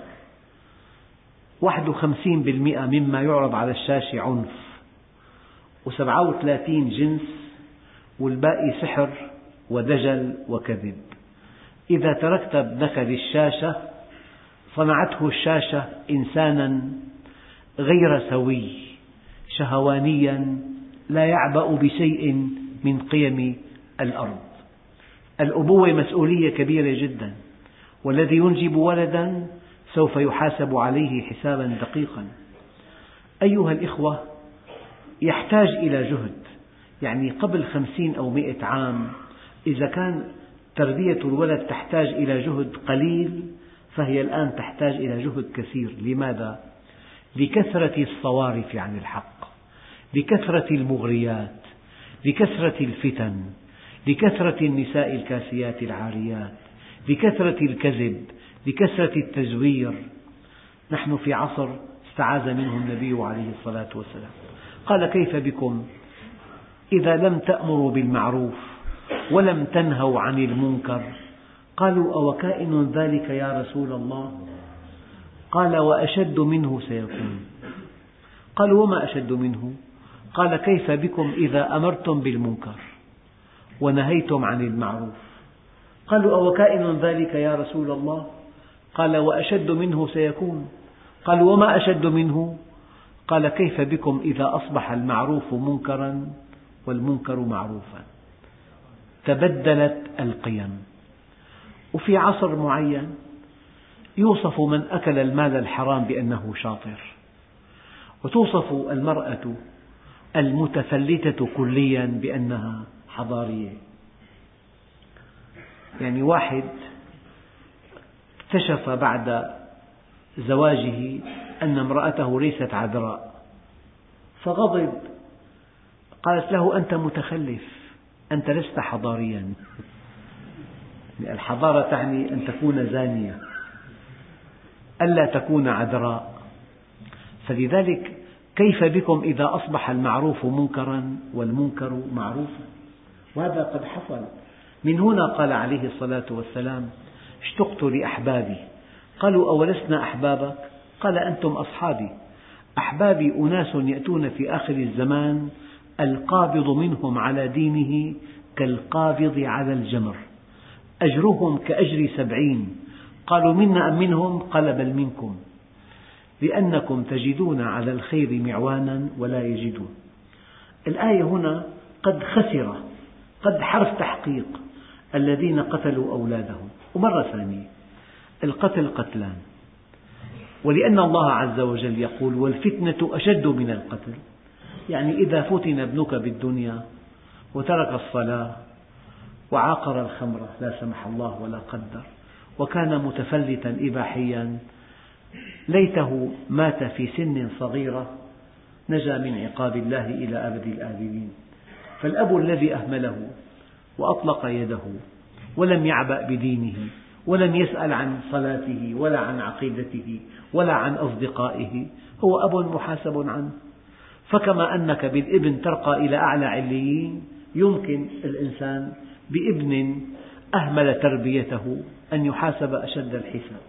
واحد وخمسين بالمئة مما يعرض على الشاشة عنف، وسبعة وثلاثين جنس، والباقي سحر ودجل وكذب. إذا تركت ابنك للشاشة صنعته الشاشة إنسانا غير سوي، شهوانيا لا يعبأ بشيء من قيم الأرض. الأبوة مسؤولية كبيرة جدا، والذي ينجب ولدا سوف يحاسب عليه حسابا دقيقا. أيها الإخوة، يحتاج إلى جهد. يعني قبل خمسين أو مئة عام إذا كان تربية الولد تحتاج إلى جهد قليل، فهي الآن تحتاج إلى جهد كثير. لماذا؟ لكثرة الصوارف عن الحق، لكثرة المغريات، لكثرة الفتن، لكثرة النساء الكاسيات العاريات، لكثرة الكذب، لكثرة التزوير. نحن في عصر استعاذ منه النبي عليه الصلاة والسلام، قال: كيف بكم إذا لم تأمروا بالمعروف ولم تنهوا عن المنكر؟ قالوا: أوكائن ذلك يا رسول الله؟ قال: وأشد منه سيكون. قالوا: وما أشد منه؟ قال: كيف بكم إذا أمرتم بالمنكر ونهيتم عن المعروف؟ قالوا: أوكائن ذلك يا رسول الله؟ قال: وأشد منه سيكون. قالوا: وما أشد منه؟ قال: كيف بكم إذا أصبح المعروف منكرا والمنكر معروفا؟ تبدلت القيم. وفي عصر معين يوصف من أكل المال الحرام بأنه شاطر، وتوصف المرأة المتفلتة كليا بأنها حضارية. يعني واحد اكتشف بعد زواجه أن امرأته ليست عذراء فغضب، قالت له: أنت متخلف، أنت لست حضاريا. الحضارة تعني أن تكون زانية، ألا تكون عذراء. فلذلك كيف بكم إذا أصبح المعروف منكرا والمنكر معروفا؟ وهذا قد حصل. من هنا قال عليه الصلاة والسلام: اشتقت لأحبابي. قالوا: أولسنا أحبابك؟ قال: أنتم أصحابي. أحبابي أناس يأتون في آخر الزمان القابض منهم على دينه كالقابض على الجمر، أجرهم كأجر سبعين. قالوا: منا أم منهم؟ قال: بل منكم، لأنكم تجدون على الخير معوانا ولا يجدون. الآية هنا قد خسر، قد حرف تحقيق، الذين قتلوا أولادهم. ومرة ثانية، القتل قتلان، ولأن الله عز وجل يقول: والفتنة أشد من القتل. يعني إذا فتن ابنك بالدنيا وترك الصلاة وعاقر الخمر لا سمح الله ولا قدر، وكان متفلتا إباحيا، ليته مات في سن صغيرة نجا من عقاب الله إلى أبد الآبدين. فالأب الذي أهمله وأطلق يده ولم يعبأ بدينه ولم يسأل عن صلاته ولا عن عقيدته ولا عن أصدقائه هو أب محاسب عنه. فكما أنك بالابن ترقى إلى أعلى عليين، يمكن الإنسان بابن أهمل تربيته أن يحاسب أشد الحساب.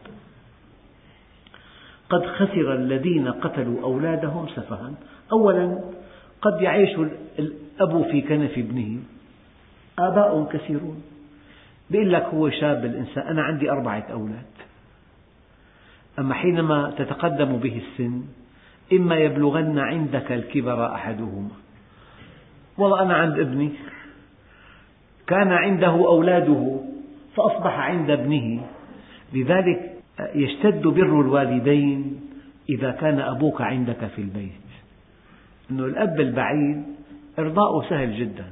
قد خسر الذين قتلوا أولادهم سفها. أولا قد يعيش الأب في كنف ابنه، آباء كثيرون يقول لك هو شاب الإنسان أنا عندي أربعة أولاد، أما حينما تتقدم به السن إما يبلغن عندك الكبر أحدهما. والله أنا عند ابني كان عنده أولاده فأصبح عند ابنه. لذلك يشتد بر الوالدين إذا كان أبوك عندك في البيت، أنه الأب البعيد إرضاؤه سهل جدا.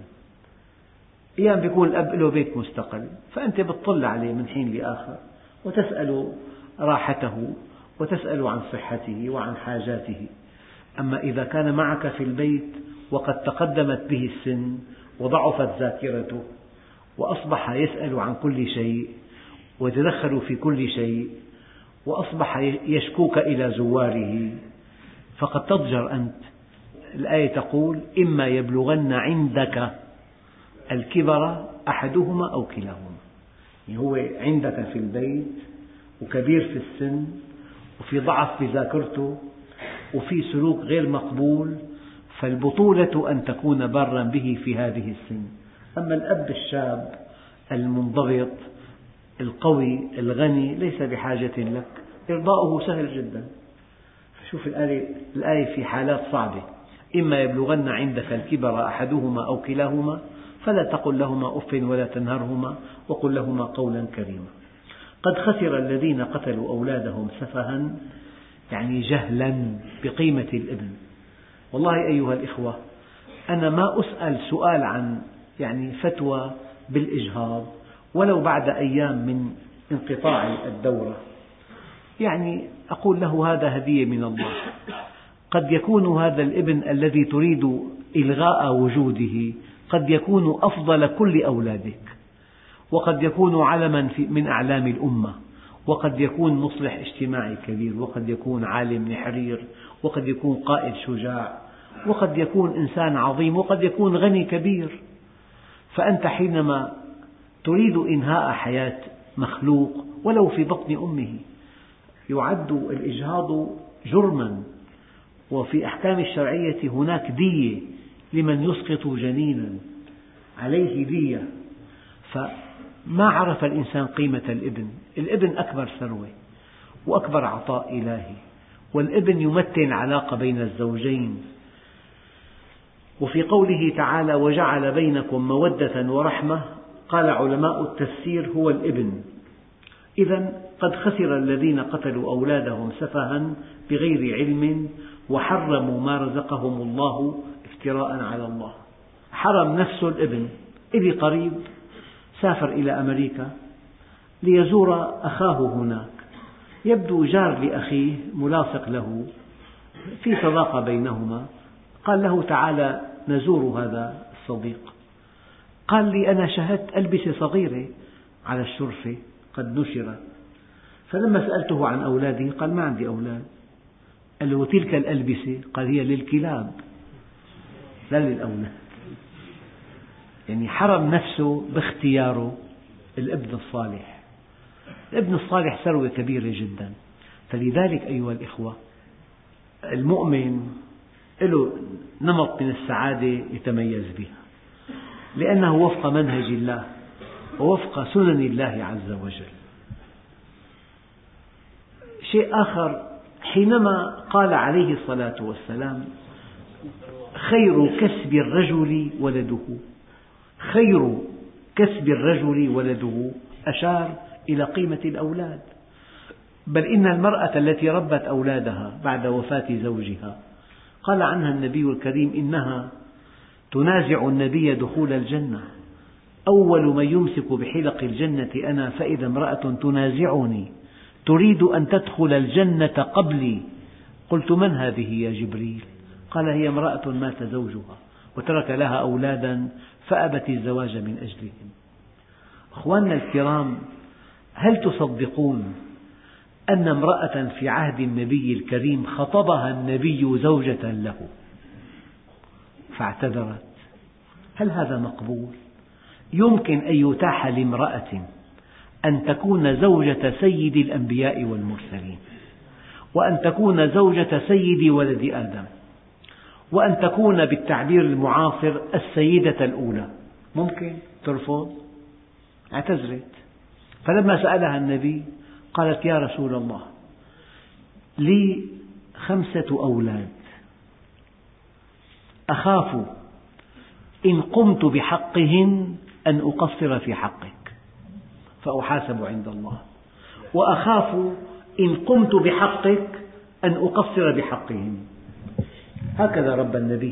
أيام يكون الأب له بيت مستقل فأنت بتطل عليه من حين لآخر وتسأل راحته وتسأل عن صحته وعن حاجاته. أما إذا كان معك في البيت وقد تقدمت به السن وضعفت ذاكرته وأصبح يسأل عن كل شيء ويتدخل في كل شيء وأصبح يشكوك إلى زواره، فقد تضجر أنت. الآية تقول إما يبلغن عندك الكبر أحدهما أو كلاهما، يعني هو عندك في البيت وكبير في السن وفي ضعف بذاكرته وفي سلوك غير مقبول، فالبطولة أن تكون بارا به في هذه السن. أما الأب الشاب المنضبط القوي الغني ليس بحاجة لك، إرضاؤه سهل جدا. شوف الآية, الآية في حالات صعبة، إما يبلغن عندك الكبر أحدهما أو كلاهما فلا تقل لهما أف ولا تنهرهما وقل لهما قولا كريما. قد خسر الذين قتلوا أولادهم سفها، يعني جهلا بقيمة الابن. والله أيها الإخوة، أنا ما أسأل سؤال عن يعني فتوى بالإجهاض ولو بعد أيام من انقطاع الدورة، يعني أقول له هذا هدية من الله. قد يكون هذا الابن الذي تريد إلغاء وجوده قد يكون أفضل كل أولادك، وقد يكون علما من أعلام الأمة، وقد يكون مصلح اجتماعي كبير، وقد يكون عالم نحرير، وقد يكون قائد شجاع، وقد يكون إنسان عظيم، وقد يكون غني كبير. فأنت حينما تريد إنهاء حياة مخلوق ولو في بطن أمه يعد الإجهاض جرما، وفي أحكام الشرعية هناك دية لمن يسقط جنينا، عليه دية. فما عرف الإنسان قيمة الابن. الابن أكبر ثروة وأكبر عطاء إلهي، والابن يمثل العلاقة بين الزوجين. وفي قوله تعالى وجعل بينكم مودة ورحمة، قال علماء التفسير هو الابن. إذن قد خسر الذين قتلوا أولادهم سفها بغير علم وحرموا ما رزقهم الله افتراء على الله. حرم نفسه الابن. إلي قريب سافر إلى أمريكا ليزور أخاه هناك، يبدو جار لأخيه ملاصق له، في صداقة بينهما. قال له تعالى نزور هذا الصديق. قال لي أنا شاهدت ألبسة صغيرة على الشرفة قد نشرت، فلما سألته عن أولاده قال ما عندي أولاد. قال له تلك الألبسة؟ قال هي للكلاب لا للأولاد. يعني حرم نفسه باختياره الابن الصالح. الابن الصالح ثروة كبيرة جدا. فلذلك أيها الإخوة، المؤمن له نمط من السعادة يتميز بها، لأنه وفق منهج الله ووفق سنن الله عز وجل. شيء آخر، حينما قال عليه الصلاة والسلام خير كسب الرجل ولده، خير كسب الرجل ولده، أشار إلى قيمة الأولاد. بل إن المرأة التي ربت أولادها بعد وفاة زوجها قال عنها النبي الكريم إنها تنازع النبي دخول الجنة، أول من يمسك بحلق الجنة أنا، فإذا امرأة تنازعني تريد أن تدخل الجنة قبلي. قلت من هذه يا جبريل؟ قال هي امرأة مات زوجها وترك لها أولادا فأبت الزواج من أجلهم. أخواننا الكرام، هل تصدقون أن امرأة في عهد النبي الكريم خطبها النبي زوجة له فاعتذرت؟ هل هذا مقبول؟ يمكن أن يتاح لامرأة أن تكون زوجة سيد الأنبياء والمرسلين، وأن تكون زوجة سيد ولد آدم، وأن تكون بالتعبير المعاصر السيدة الأولى. ممكن ترفض؟ اعتذرت. فلما سألها النبي قالت يا رسول الله، لي خمسة أولاد، أخاف إن قمت بحقهن أن أقصر في حقك فأحاسب عند الله، وأخاف إن قمت بحقك أن أقصر بحقهن. هكذا ربى النبي.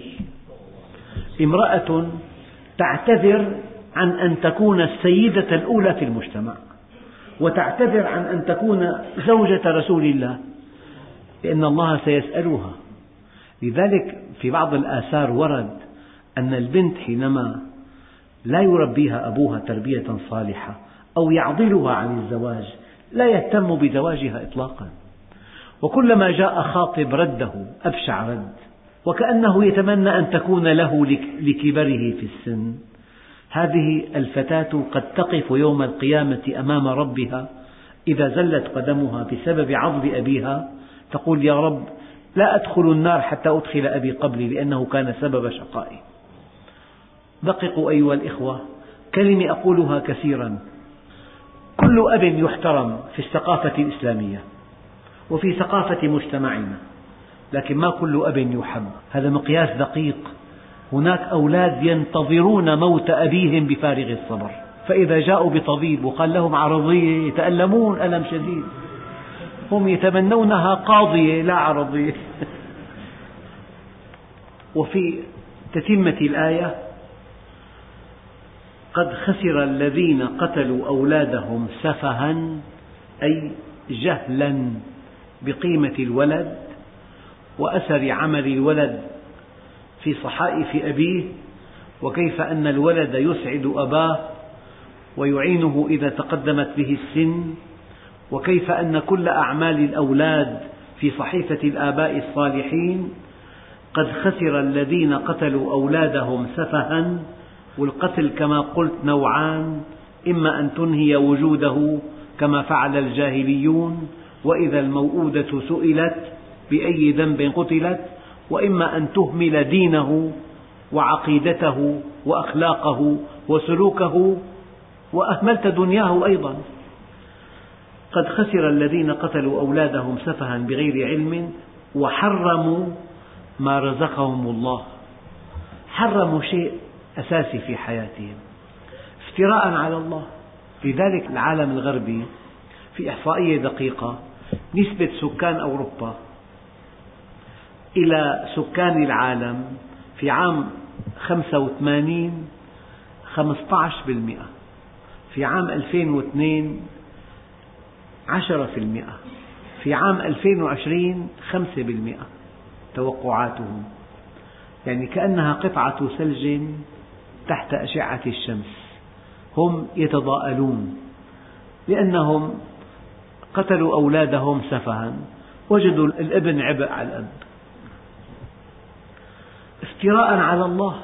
امرأة تعتذر عن أن تكون السيدة الأولى في المجتمع، وتعتذر عن أن تكون زوجة رسول الله، لأن الله سيسألها. لذلك في بعض الآثار ورد أن البنت حينما لا يربيها أبوها تربية صالحة أو يعضلها عن الزواج لا يهتم بزواجها إطلاقا، وكلما جاء خاطب رده أبشع رد، وكأنه يتمنى أن تكون له لكبره في السن. هذه الفتاة قد تقف يوم القيامة أمام ربها إذا زلت قدمها بسبب عضل أبيها تقول يا رب لا أدخل النار حتى أدخل أبي قبلي لأنه كان سبب شقائي. دققوا أيها الإخوة، كلمة أقولها كثيرا: كل أب يحترم في الثقافة الإسلامية وفي ثقافة مجتمعنا، لكن ما كل أب يحب. هذا مقياس دقيق. هناك أولاد ينتظرون موت أبيهم بفارغ الصبر، فإذا جاءوا بطبيب وقال لهم عرضية يتألمون ألم شديد، هم يتمنونها قاضية لا عرضية. وفي تتمة الآية: قد خسر الذين قتلوا أولادهم سفها، أي جهلا بقيمة الولد وأثر عمل الولد في صحائف أبيه، وكيف أن الولد يسعد أباه ويعينه إذا تقدمت به السن، وكيف أن كل أعمال الأولاد في صحيفة الآباء الصالحين. قد خسر الذين قتلوا أولادهم سفها، والقتل كما قلت نوعان: إما أن تنهي وجوده كما فعل الجاهليون وإذا الموءودة سئلت بأي ذنب قتلت، وإما أن تهمل دينه وعقيدته وأخلاقه وسلوكه وأهملت دنياه أيضا. قد خسر الذين قتلوا أولادهم سفها بغير علم وحرموا ما رزقهم الله. حرموا شيء أساسي في حياتهم افتراء على الله. لذلك العالم الغربي في إحصائية دقيقة: نسبة سكان أوروبا إلى سكان العالم في عام خمسة وثمانين خمسة عشر بالمئة، في عام ألفين واثنين عشرة بالمئة، في عام ألفين وعشرين خمسة بالمئة توقعاتهم. يعني كأنها قطعة ثلج تحت أشعة الشمس. هم يتضاءلون لأنهم قتلوا أولادهم سفها، وجدوا الابن عبء على الأب. افتراء على الله.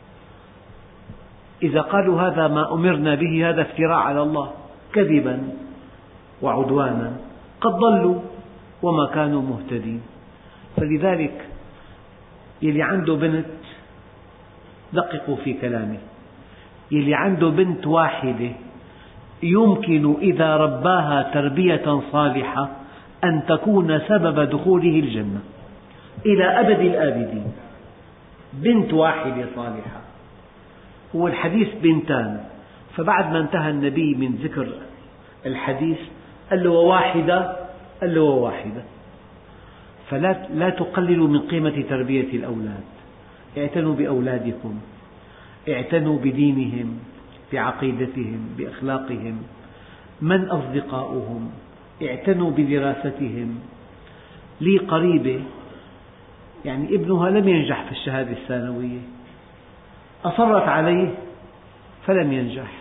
إذا قالوا هذا ما أمرنا به هذا افتراء على الله، كذبا وعدوانا. قد ضلوا وما كانوا مهتدين. فلذلك يلي عنده بنت، دققوا في كلامي، يلي عنده بنت واحدة يمكن إذا رباها تربية صالحة أن تكون سبب دخوله الجنة إلى أبد الآبدين. بنت واحدة صالحة. هو الحديث بنتان، فبعد ما انتهى النبي من ذكر الحديث قال له وواحدة، قال له وواحدة. فلا لا تقللوا من قيمة تربية الأولاد. اعتنوا بأولادكم، اعتنوا بدينهم، بعقيدتهم، بأخلاقهم، من أصدقاؤهم، اعتنوا بدراستهم. لي قريبة يعني ابنها لم ينجح في الشهادة الثانوية، أصرت عليه فلم ينجح،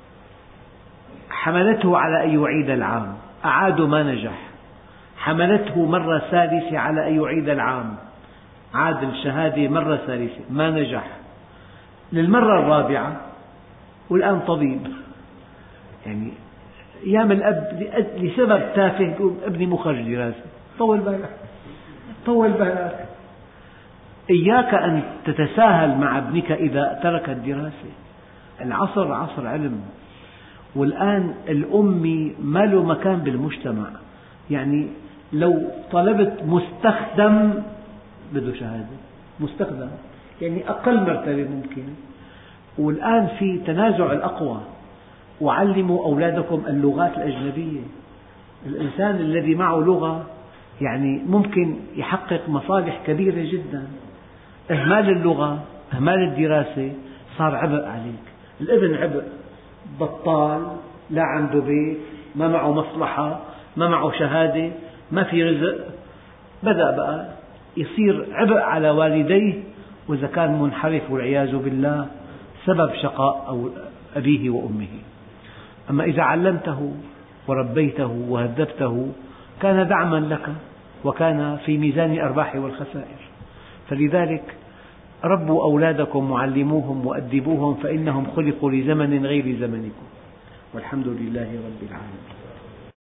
حملته على أن يعيد العام، أعاد ما نجح، حملته مرة ثالثة على أن يعيد العام، عاد الشهادة مرة ثالثة ما نجح، للمرة الرابعة والآن طبيب. يعني أيام الأب لسبب تافه يقول ابني مو خرج دراسة. طول بالك طول بالك، إياك أن تتساهل مع ابنك إذا ترك الدراسة. العصر عصر علم، والآن الأمي ما له مكان بالمجتمع. يعني لو طلبت مستخدم بده شهادة، مستخدم يعني أقل مرتبة ممكن. والآن في تنازع الأقوى، وعلموا أولادكم اللغات الأجنبية. الإنسان الذي معه لغة يعني ممكن يحقق مصالح كبيرة جدا. إهمال اللغة، إهمال الدراسة صار عبء عليك. الابن عبء، بطال، لا عنده بيت، ما معه مصلحة، ما معه شهادة، ما في رزق، بدأ بقى يصير عبء على والديه، وإذا كان منحرف والعياذ بالله سبب شقاء أو أبيه وأمه. أما إذا علمته وربيته وهذبته كان دعما لك، وكان في ميزان الأرباح والخسائر. فلذلك ربوا أولادكم وعلموهم وأدبوهم، فإنهم خلقوا لزمن غير زمنكم، والحمد لله رب العالمين.